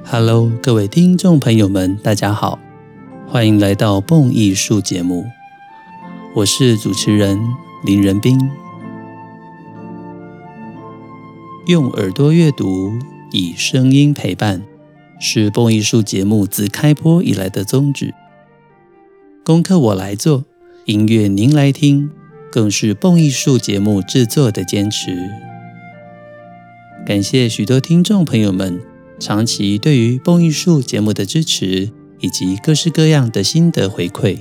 Hello， 各位听众朋友们，大家好，欢迎来到蹦艺术节目，我是主持人林仁斌。用耳朵阅读，以声音陪伴，是蹦艺术节目自开播以来的宗旨。功课我来做，音乐您来听，更是蹦艺术节目制作的坚持。感谢许多听众朋友们长期对于蹦艺术节目的支持，以及各式各样的心得回馈。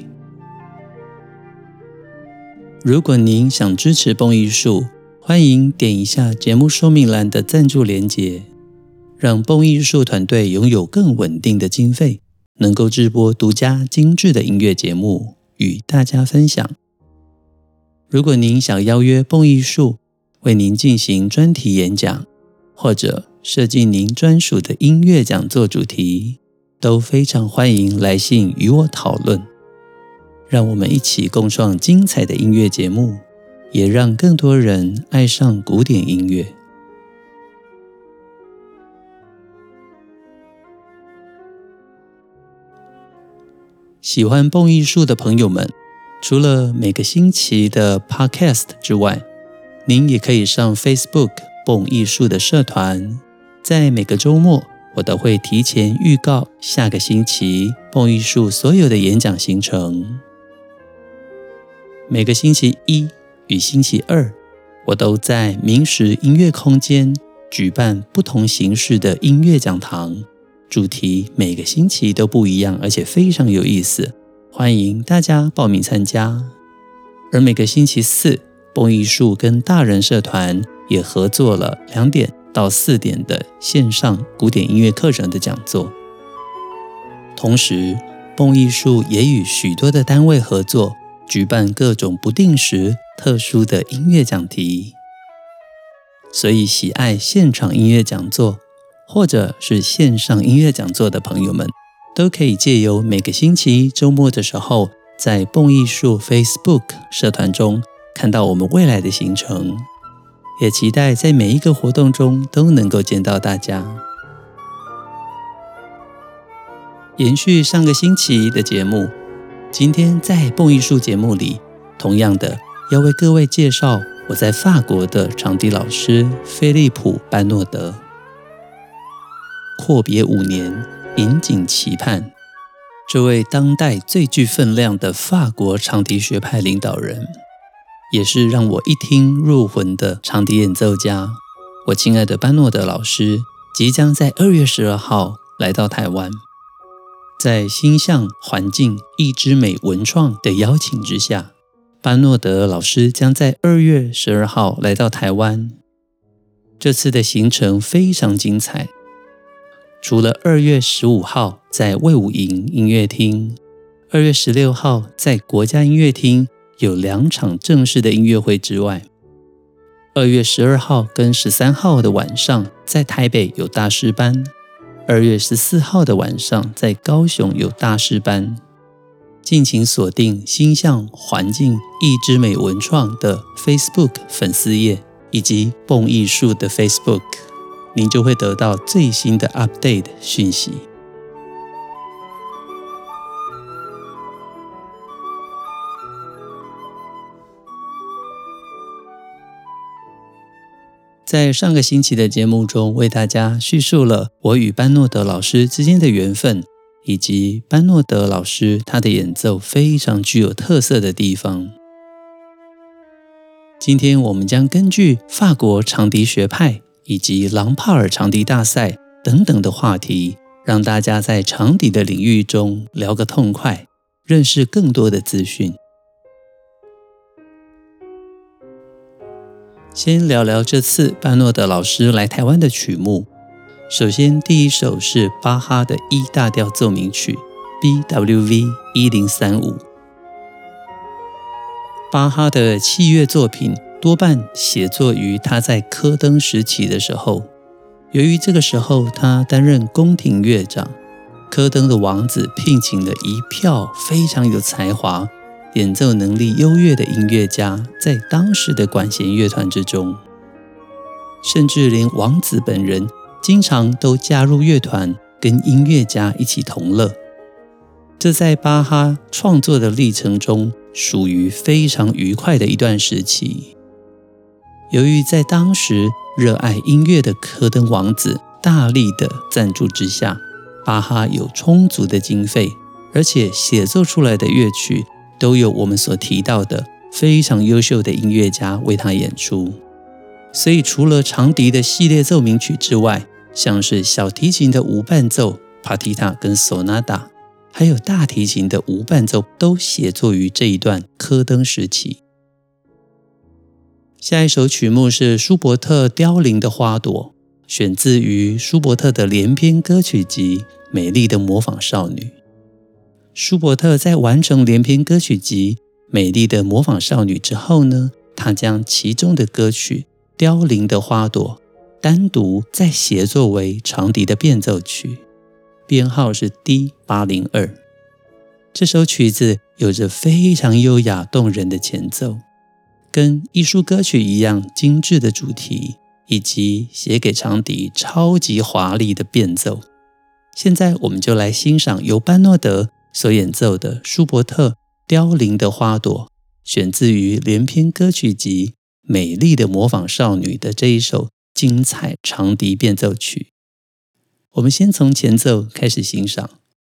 如果您想支持蹦艺术，欢迎点一下节目说明栏的赞助连结，让蹦艺术团队拥有更稳定的经费，能够制播独家精致的音乐节目与大家分享。如果您想邀约蹦艺术为您进行专题演讲，或者设计您专属的音乐讲座主题，都非常欢迎来信与我讨论。让我们一起共创精彩的音乐节目，也让更多人爱上古典音乐。喜欢蹦艺术的朋友们，除了每个星期的 Podcast 之外，您也可以上 Facebook 蹦艺术的社团，在每个周末我都会提前预告下个星期蹦艺术所有的演讲行程。每个星期一与星期二，我都在明石音乐空间举办不同形式的音乐讲堂，主题每个星期都不一样，而且非常有意思，欢迎大家报名参加。而每个星期四，蹦艺术跟大人社团也合作了2点到4点的线上古典音乐课程的讲座。同时，蹦艺术也与许多的单位合作，举办各种不定时特殊的音乐讲题。所以喜爱现场音乐讲座或者是线上音乐讲座的朋友们，都可以借由每个星期周末的时候，在蹦艺术 Facebook 社团中看到我们未来的行程，也期待在每一个活动中都能够见到大家。延续上个星期的节目，今天在蹦艺术节目里，同样的要为各位介绍我在法国的长笛老师菲利普·班诺德。阔别5年，引颈期盼，这位当代最具分量的法国长笛学派领导人，也是让我一听入魂的长笛演奏家。我亲爱的班诺德老师即将在2月12号来到台湾，在星象环境艺之美文创的邀请之下，班诺德老师将在2月12号来到台湾。这次的行程非常精彩，除了2月15号在卫武营音乐厅，2月16号在国家音乐厅有2场正式的音乐会之外，2月12号跟13号的晚上在台北有大师班，2月14号的晚上在高雄有大师班。敬请锁定星象环境艺之美文创的 Facebook 粉丝页以及蹦艺术的 Facebook， 您就会得到最新的 update 讯息。在上个星期的节目中，为大家叙述了我与班诺德老师之间的缘分，以及班诺德老师他的演奏非常具有特色的地方。今天我们将根据法国长笛学派以及朗帕尔长笛大赛等等的话题，让大家在长笛的领域中聊个痛快，认识更多的资讯。先聊聊这次班诺德老师来台湾的曲目。首先，第一首是巴哈的E大调奏鸣曲 BWV 1035。巴哈的器乐作品多半写作于他在科登时期的时候，由于这个时候他担任宫廷乐长，科登的王子聘请了一票非常有才华、演奏能力优越的音乐家在当时的管弦乐团之中，甚至连王子本人经常都加入乐团， 跟音乐家一起同乐。这在巴哈创作的历程中属于非常愉快的一段时期。由于在当时热爱音乐的科登王子大力的赞助之下，巴哈有充足的经费，而且写作出来的乐曲都有我们所提到的非常优秀的音乐家为他演出。所以除了长笛的系列奏鸣曲之外，像是小提琴的无伴奏帕提塔跟索纳达，还有大提琴的无伴奏都写作于这一段科登时期。下一首曲目是舒伯特凋零的花朵，选自于舒伯特的连篇歌曲集《美丽的模仿少女》。舒伯特在完成连篇歌曲集《美丽的模仿少女》之后呢，他将其中的歌曲《凋零的花朵》单独再协作为长笛的变奏曲，编号是 D802。这首曲子有着非常优雅动人的前奏，跟艺术歌曲一样精致的主题，以及写给长笛超级华丽的变奏。现在我们就来欣赏由班诺德所演奏的舒伯特《凋零的花朵》，选自于连篇歌曲集《美丽的模仿少女》的这一首精彩长笛变奏曲。我们先从前奏开始欣赏。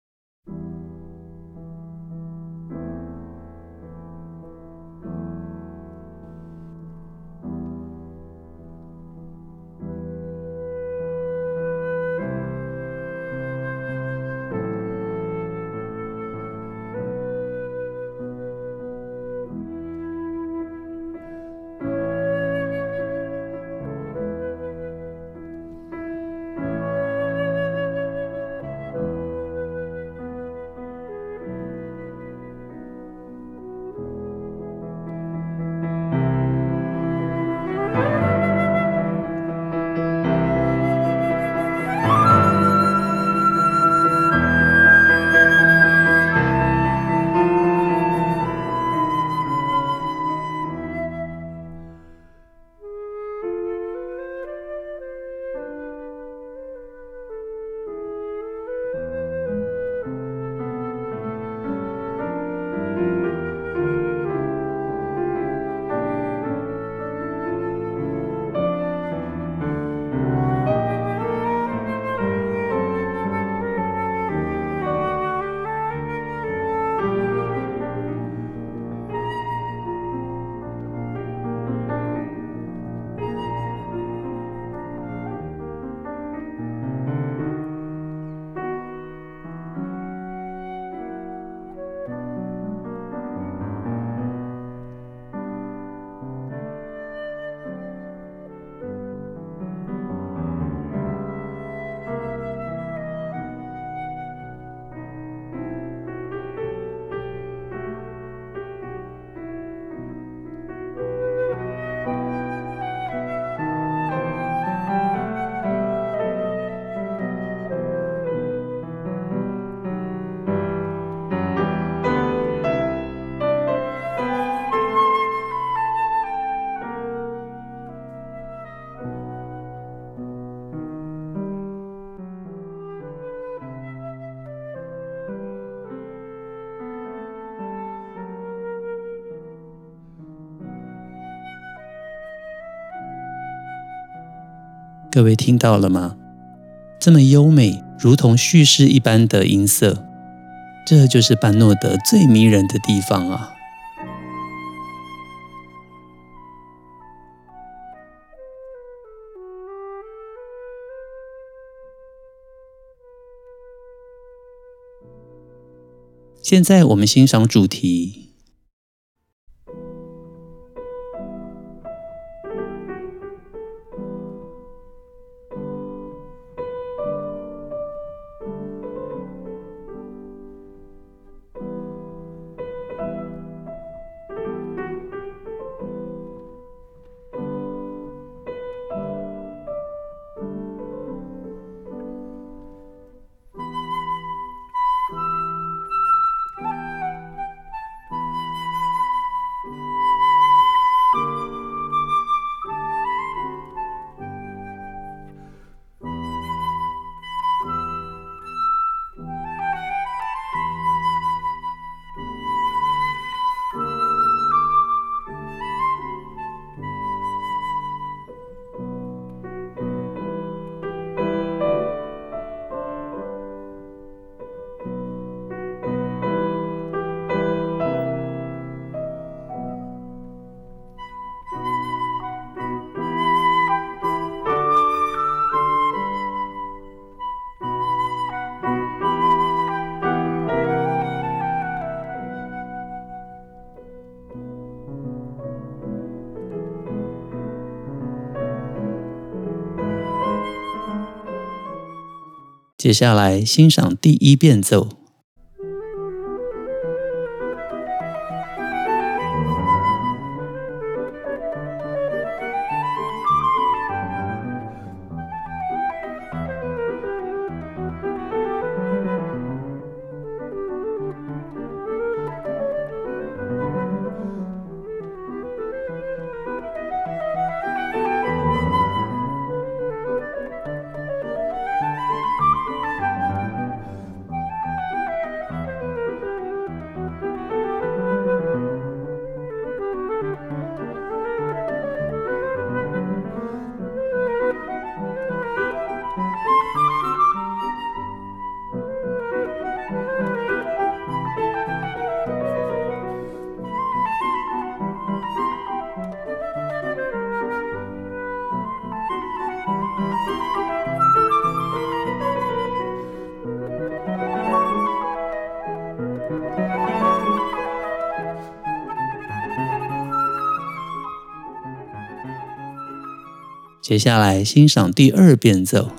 各位听到了吗？这么优美，如同叙事一般的音色，这就是班诺德最迷人的地方啊！现在我们欣赏主题。 接下来欣赏第一变奏。接下来欣赏第二变奏。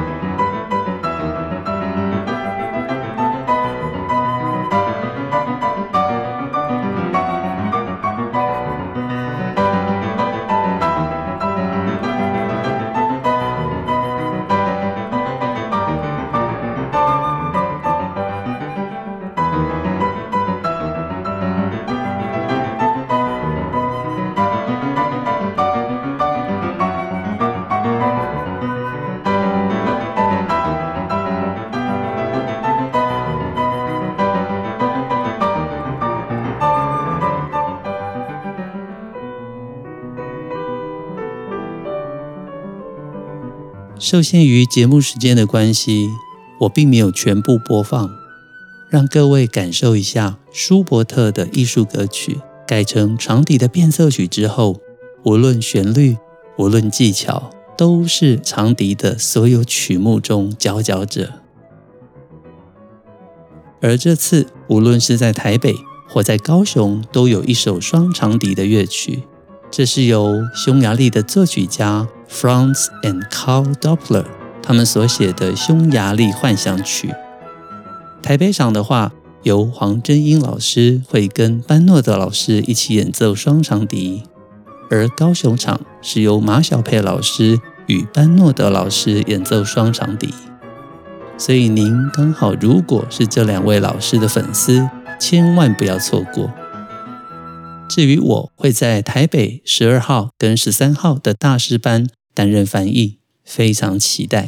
受限于节目时间的关系，我并没有全部播放，让各位感受一下舒伯特的艺术歌曲改成长笛的变奏曲之后，无论旋律，无论技巧，都是长笛的所有曲目中佼佼者。而这次无论是在台北或在高雄，都有一首双长笛的乐曲，这是由匈牙利的作曲家 Franz and Karl Doppler 他们所写的匈牙利幻想曲。台北场的话，由黄真英老师会跟班诺德老师一起演奏双长笛，而高雄场是由马小佩老师与班诺德老师演奏双长笛。所以您刚好如果是这两位老师的粉丝，千万不要错过。至于我会在台北12号跟13号的大师班担任翻译，非常期待。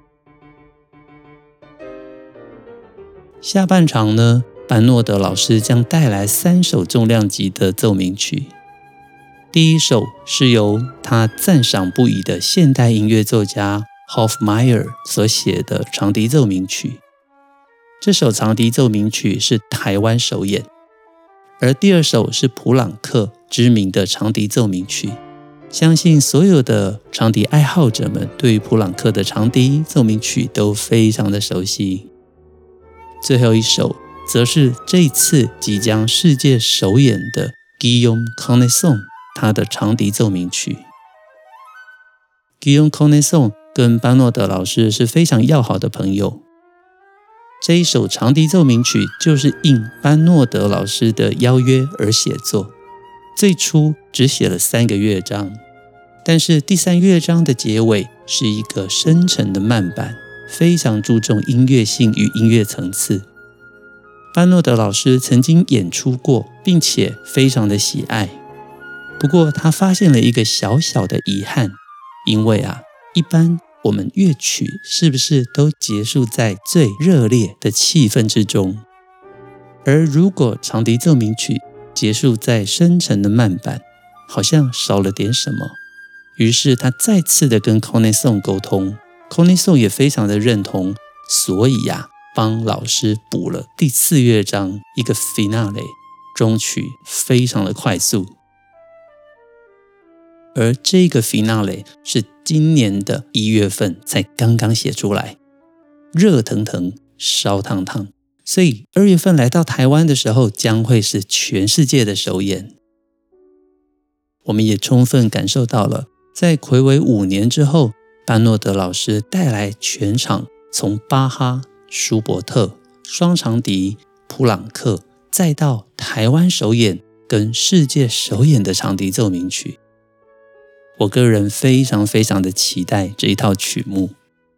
下半场呢，班诺德老师将带来3首重量级的奏鸣曲。第一首是由他赞赏不已的现代音乐作家 Hofmeier 所写的长笛奏鸣曲，这首长笛奏鸣曲是台湾首演。而第二首是普朗克知名的长笛奏鸣曲，相信所有的长笛爱好者们对于普朗克的长笛奏鸣曲都非常的熟悉。最后一首则是这一次即将世界首演的 Guillaume Connaisson 他的长笛奏鸣曲。Guillaume Connaisson 跟班诺德老师是非常要好的朋友，这一首长笛奏鸣曲就是应班诺德老师的邀约而写作，最初只写了3个乐章，但是第3乐章的结尾是一个深沉的慢板，非常注重音乐性与音乐层次。班诺德老师曾经演出过，并且非常的喜爱。不过他发现了一个小小的遗憾，因为一般我们乐曲是不是都结束在最热烈的气氛之中？而如果长笛奏鸣曲结束在深沉的慢板，好像少了点什么。于是他再次的跟 Connaisson 沟通， Connaisson 也非常的认同，所以帮老师补了第4乐章一个 finale， 终曲非常的快速。而这个 finale 是今年的1月份才刚刚写出来，热腾腾烧烫烫，所以2月份来到台湾的时候将会是全世界的首演。我们也充分感受到了在睽违5年之后，班诺德老师带来全场从巴哈、舒伯特、双长笛、普朗克，再到台湾首演跟世界首演的长笛奏鸣曲。我个人非常非常的期待这一套曲目。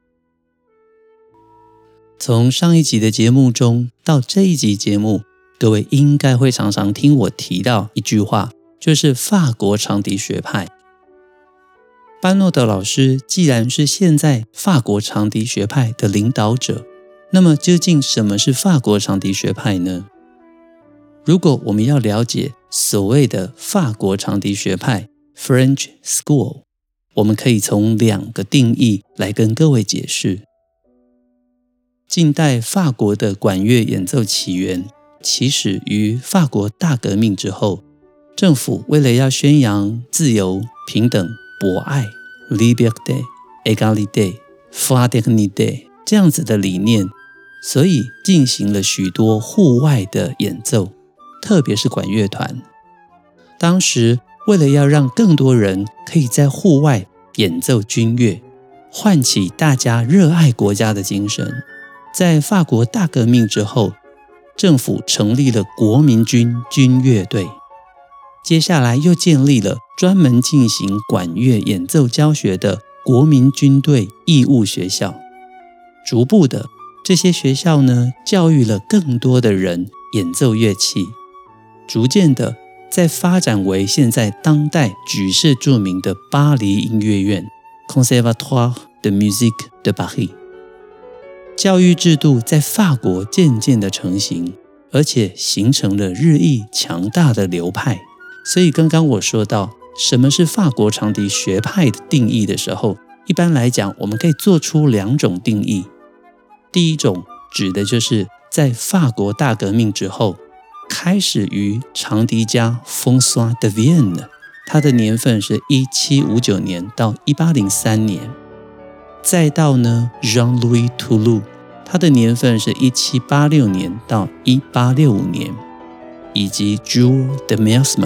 从上一集的节目中到这一集节目，各位应该会常常听我提到一句话，就是法国长笛学派。班诺德老师既然是现在法国长笛学派的领导者，那么究竟什么是法国长笛学派呢？如果我们要了解所谓的法国长笛学派 French School， 我们可以从2个定义来跟各位解释。近代法国的管乐演奏起源起始于法国大革命之后，政府为了要宣扬自由、平等、博爱 Liberté, Égalité, Fraternité 这样子的理念，所以进行了许多户外的演奏，特别是管乐团。当时为了要让更多人可以在户外演奏军乐，唤起大家热爱国家的精神，在法国大革命之后，政府成立了国民军军乐队，接下来又建立了专门进行管乐演奏教学的国民军队义务学校。逐步的，这些学校呢，教育了更多的人演奏乐器，逐渐的再发展为现在当代举世著名的巴黎音乐院 Conservatoire de Musique de Paris。 教育制度在法国渐渐的成型，而且形成了日益强大的流派。所以刚刚我说到什么是法国长笛学派的定义的时候，一般来讲我们可以做出2种定义。第一种指的就是在法国大革命之后，开始于长笛家 François de Vienne， 他的年份是1759年到1803年，再到呢 Jean-Louis Toulouse， 他的年份是1786年到1865年，以及 Jules de Mersman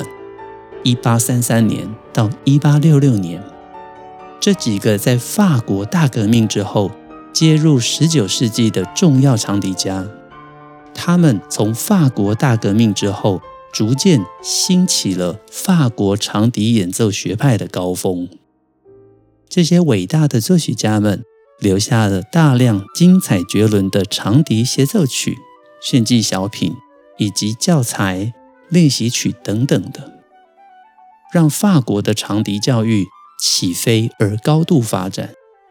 1833年到1866年。这几个在法国大革命之后接入19世纪的重要长笛家，他们从法国大革命之后逐渐兴起了法国长笛演奏学派的高峰。这些伟大的作曲家们留下了大量精彩绝伦的长笛协奏曲、炫技小品以及教材、练习曲等等的，让法国的长笛教育起飞而高度发展。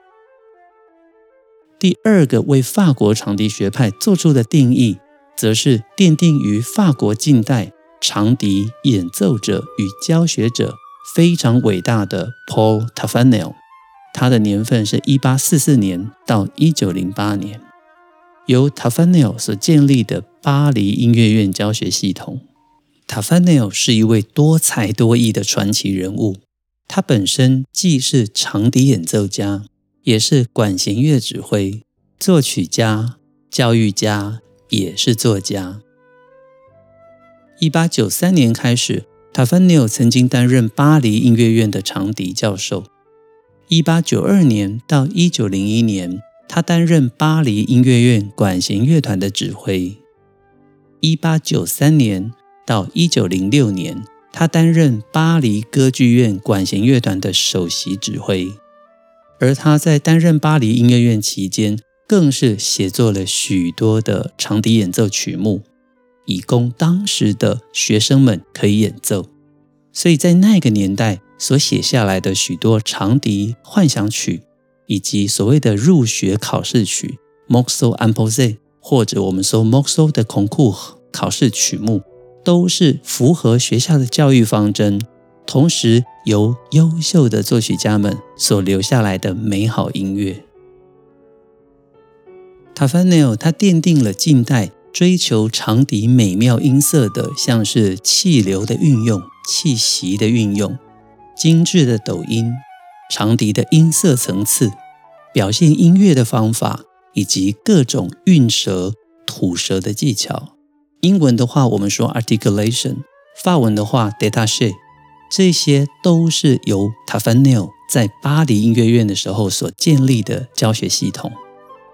第2个为法国长笛学派做出的定义，则是奠定于法国近代长笛演奏者与教学者非常伟大的 Paul Taffanel， 他的年份是1844年到1908年，由 Taffanel 所建立的巴黎音乐院教学系统。Taffanel 是一位多才多艺的传奇人物，他本身既是长笛演奏家，也是管弦乐指挥、作曲家、教育家，也是作家。1893年开始， Taffanel 曾经担任巴黎音乐院的长笛教授。1892年到1901年，他担任巴黎音乐院管弦乐团的指挥。1893年到1906年，他担任巴黎歌剧院管弦乐团的首席指挥。而他在担任巴黎音乐院期间，更是写作了许多的长笛演奏曲目，以供当时的学生们可以演奏。所以在那个年代所写下来的许多长笛幻想曲，以及所谓的入学考试曲 Morceau imposé， 或者我们说 Morceau de concours 考试曲目，都是符合学校的教育方针，同时由优秀的作曲家们所留下来的美好音乐。Taffanel 他奠定了近代追求长笛美妙音色的，像是气流的运用、气息的运用、精致的抖音、长笛的音色层次、表现音乐的方法，以及各种韵舌、吐舌的技巧。英文的话我们说 articulation， 法文的话 détaché， 这些都是由 Taffanel 在巴黎音乐院的时候所建立的教学系统。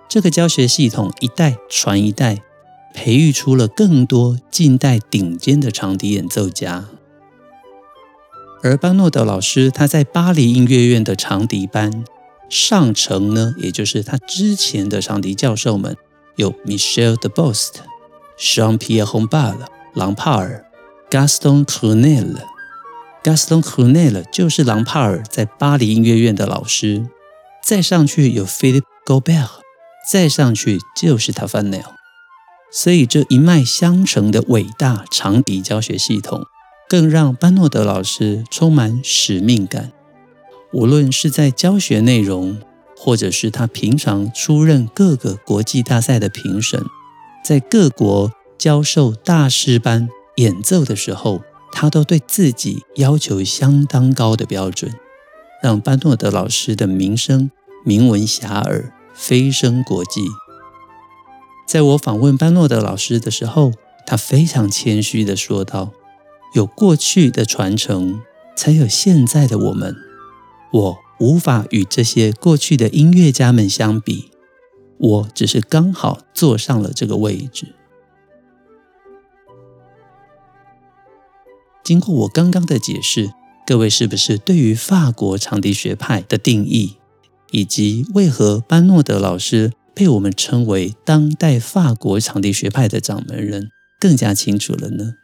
这个教学系统一代传一代，培育出了更多近代顶尖的长笛演奏家。而班诺德老师他在巴黎音乐院的长笛班上层呢，也就是他之前的长笛教授们，有 Michel Debost、Jean-Pierre Hombal、朗帕尔、Gaston Crunel。Gaston Crunel 就是朗帕尔在巴黎音乐院的老师，再上去有 Philippe Gaubert， 再上去就是 Tafanel。 所以这一脉相承的伟大长笛教学系统更让班诺德老师充满使命感，无论是在教学内容，或者是他平常出任各个国际大赛的评审，在各国教授大师班演奏的时候，他都对自己要求相当高的标准，让班诺德老师的名声名闻遐迩，飞升国际。在我访问班诺德老师的时候，他非常谦虚地说道，有过去的传承，才有现在的我们。我无法与这些过去的音乐家们相比，我只是刚好坐上了这个位置。经过我刚刚的解释，各位是不是对于法国长笛学派的定义，以及为何班诺德老师被我们称为当代法国长笛学派的掌门人更加清楚了呢？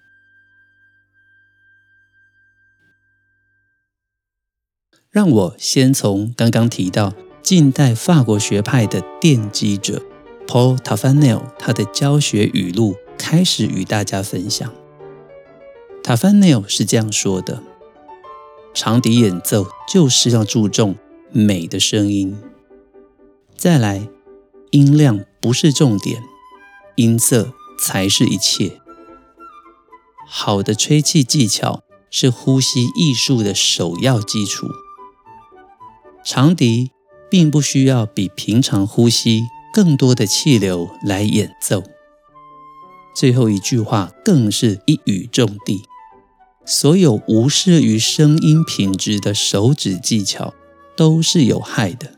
让我先从刚刚提到近代法国学派的奠基者 Paul Tafanel 他的教学语录开始与大家分享。Tafanel 是这样说的，长笛演奏就是要注重美的声音，再来，音量不是重点，音色才是一切。好的吹气技巧是呼吸艺术的首要基础。长笛并不需要比平常呼吸更多的气流来演奏。最后一句话更是一语中的，所有无视于声音品质的手指技巧都是有害的。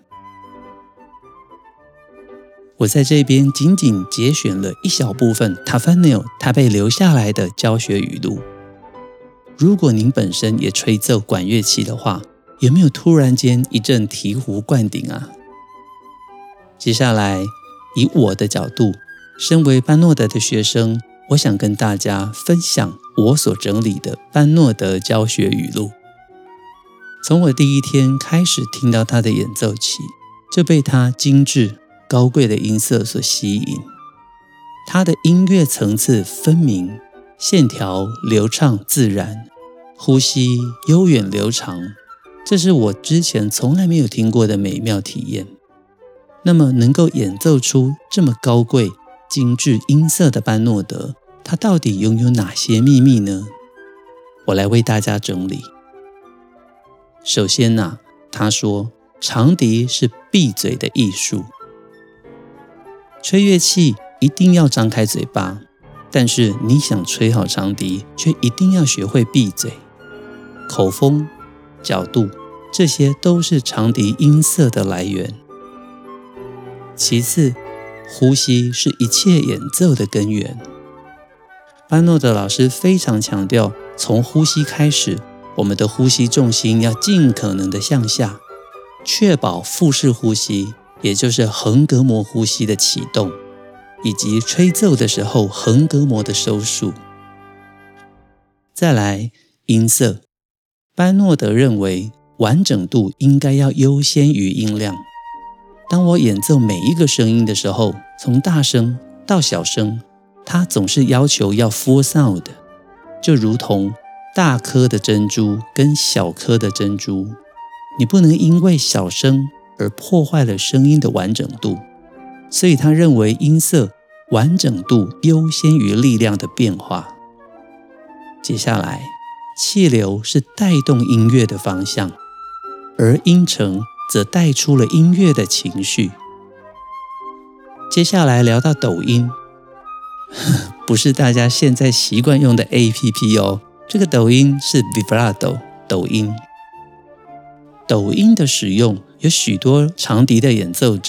我在这边仅仅节选了一小部分 Tafanel 他被留下来的教学语录。如果您本身也吹奏管乐器的话，有没有突然间一阵醍醐灌顶啊？接下来，以我的角度，身为班诺德的学生，我想跟大家分享我所整理的班诺德教学语录。从我第一天开始听到他的演奏起，就被他精致高贵的音色所吸引。他的音乐层次分明，线条流畅自然，呼吸悠远流长，这是我之前从来没有听过的美妙体验。那么能够演奏出这么高贵精致音色的班诺德，他到底拥有哪些秘密呢？我来为大家整理。首先他说长笛是闭嘴的艺术。吹乐器一定要张开嘴巴，但是你想吹好长笛，却一定要学会闭嘴。口风、角度，这些都是长笛音色的来源。其次，呼吸是一切演奏的根源。班诺德老师非常强调，从呼吸开始，我们的呼吸重心要尽可能的向下，确保腹式呼吸，也就是横膈膜呼吸的启动，以及吹奏的时候横膈膜的收束。再来，音色。班诺德认为完整度应该要优先于音量。当我演奏每一个声音的时候，从大声到小声，他总是要求要 full sound， 就如同大颗的珍珠跟小颗的珍珠，你不能因为小声而破坏了声音的完整度。所以他认为音色完整度优先于力量的变化。接下来，气流是带动音乐的方向，而音程则带出了音乐的情绪。接下来聊到抖音，不是大家现在习惯用的 APP 哦，这个抖音是 Vibrato 抖音。抖音的使用，有许多长笛的演奏者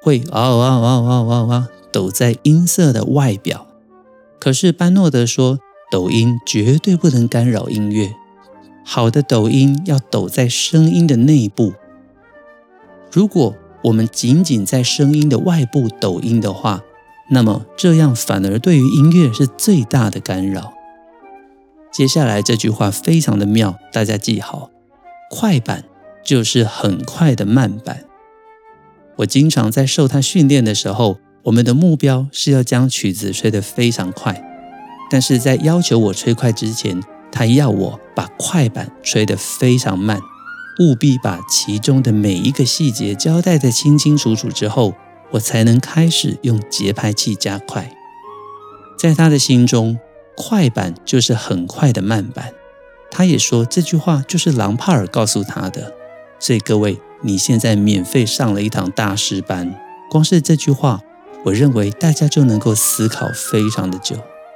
会哇哇哇哇哇哇抖在音色的外表。可是班诺德说，抖音绝对不能干扰音乐，好的抖音要抖在声音的内部。如果我们仅仅在声音的外部抖音的话，那么这样反而对于音乐是最大的干扰。接下来这句话非常的妙，大家记好，快板就是很快的慢板。我经常在受他训练的时候，我们的目标是要将曲子吹得非常快，但是在要求我吹快之前，他要我把快板吹得非常慢，务必把其中的每一个细节交代得清清楚楚之后，我才能开始用节拍器加快。在他的心中，快板就是很快的慢板。他也说这句话就是郎帕尔告诉他的。所以各位，你现在免费上了一堂大师班，光是这句话，我认为大家就能够思考非常的久。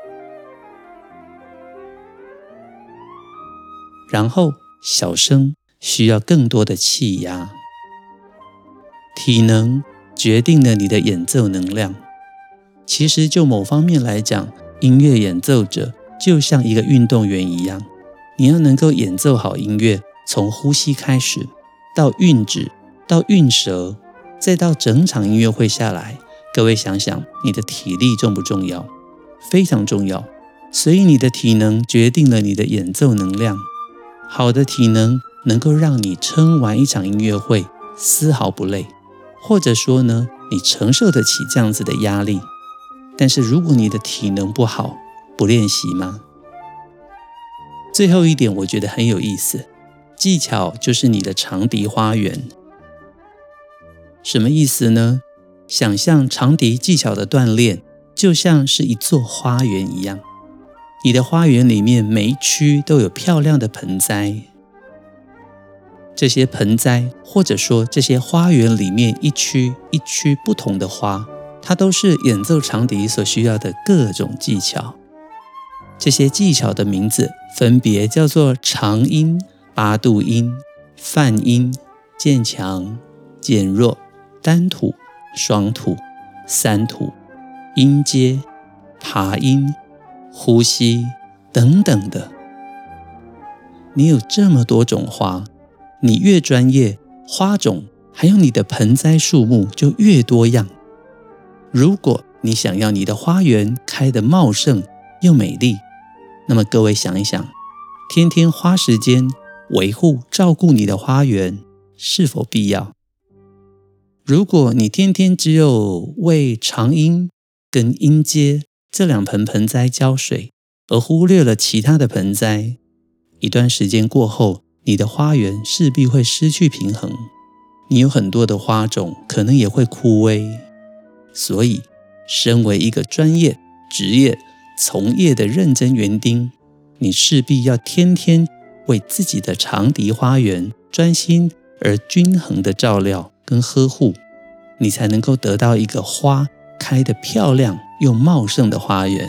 然后小声需要更多的气压，体能决定了你的演奏能量。其实就某方面来讲，音乐演奏者就像一个运动员一样，你要能够演奏好音乐，从呼吸开始，到运指，到运舌，再到整场音乐会下来，各位想想，你的体力重不重要？非常重要。所以你的体能决定了你的演奏能量。好的体能能够让你撑完一场音乐会丝毫不累，或者说呢，你承受得起这样子的压力。但是如果你的体能不好，不练习吗？最后一点我觉得很有意思，技巧就是你的长笛花园。什么意思呢？想象长笛技巧的锻炼就像是一座花园一样，你的花园里面每一区都有漂亮的盆栽，这些盆栽或者说这些花园里面一区一区不同的花，它都是演奏长笛所需要的各种技巧。这些技巧的名字分别叫做长音、八度音、泛音、渐强、渐弱、单吐、双吐、三吐、音阶、爬音、呼吸等等的。你有这么多种花，你越专业，花种还有你的盆栽数目就越多样。如果你想要你的花园开得茂盛又美丽，那么各位想一想，天天花时间维护照顾你的花园是否必要？如果你天天只有为长音跟音阶这两盆盆栽浇水，而忽略了其他的盆栽，一段时间过后，你的花园势必会失去平衡，你有很多的花种可能也会枯萎。所以身为一个专业、职业、从业的认真园丁，你势必要天天为自己的长笛花园专心而均衡的照料跟呵护，你才能够得到一个花开得漂亮又茂盛的花园。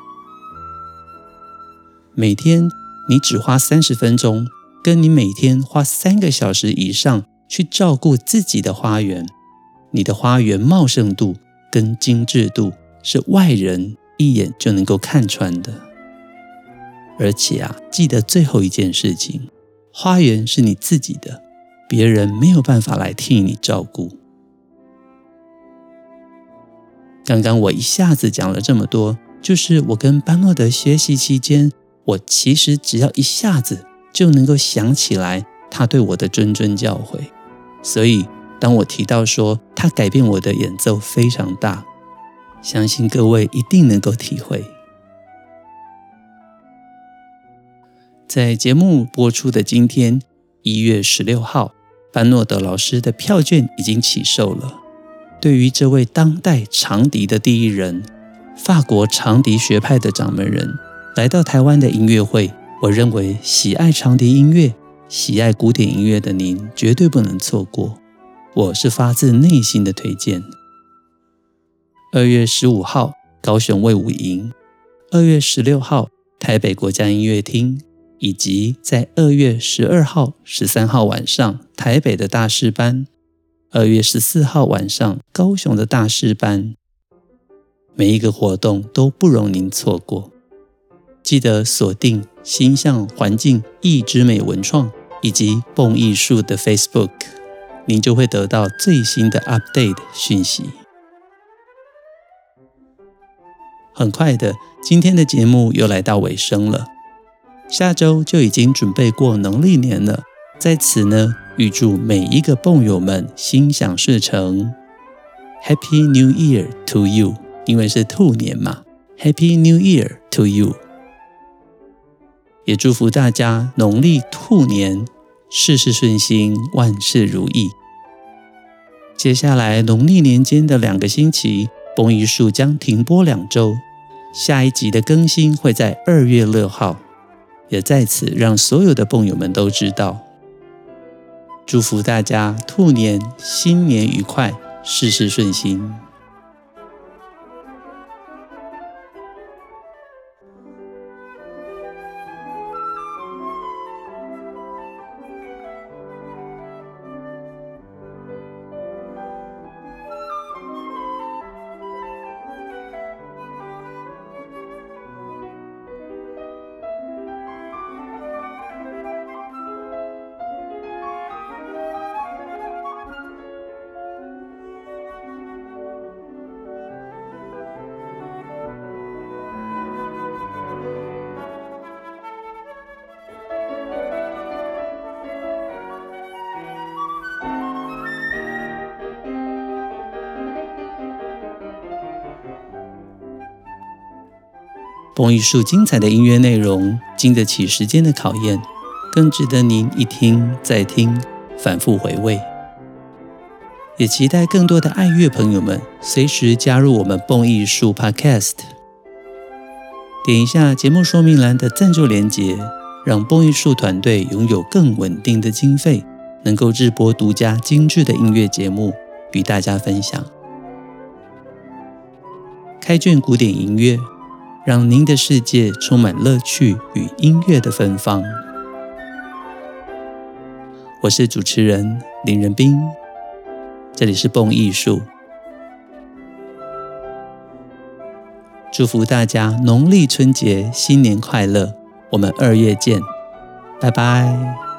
每天你只花30分钟，跟你每天花3个小时以上去照顾自己的花园，你的花园茂盛度跟精致度是外人一眼就能够看穿的。而且记得最后一件事情，花园是你自己的，别人没有办法来替你照顾。刚刚我一下子讲了这么多，就是我跟班诺德学习期间，我其实只要一下子就能够想起来他对我的谆谆教诲。所以当我提到说他改变我的演奏非常大，相信各位一定能够体会。在节目播出的今天1月16号，班诺德老师的票券已经起售了。对于这位当代长笛的第一人，法国长笛学派的掌门人来到台湾的音乐会，我认为喜爱长笛音乐、喜爱古典音乐的您绝对不能错过，我是发自内心的推荐。2月15号高雄卫武营，2月16号台北国家音乐厅，以及在2月12号、13号晚上台北的大师班。 2月14号晚上高雄的大师班，每一个活动都不容您错过。记得锁定星象环境艺之美文创以及蹦艺术的 Facebook， 您就会得到最新的 update 讯息。很快的，今天的节目又来到尾声了，下周就已经准备过农历年了。在此呢，预祝每一个蹦友们心想事成 Happy New Year to you， 因为是兔年嘛， Happy New Year to you。 也祝福大家农历兔年事事顺心，万事如意。接下来农历年间的2个星期，蹦艺术将停播2周，下一集的更新会在2月6号，也在此让所有的蹦友们都知道。祝福大家兔年新年愉快，事事顺心。蹦艺术精彩的音乐内容经得起时间的考验，更值得您一听再听，反复回味。也期待更多的爱乐朋友们随时加入我们蹦艺术 Podcast， 点一下节目说明栏的赞助连结，让蹦艺术团队拥有更稳定的经费，能够制播独家精致的音乐节目与大家分享。开卷古典音乐，让您的世界充满乐趣与音乐的芬芳。我是主持人林仁斌，这里是蹦艺术。祝福大家农历春节新年快乐，我们2月见，拜拜。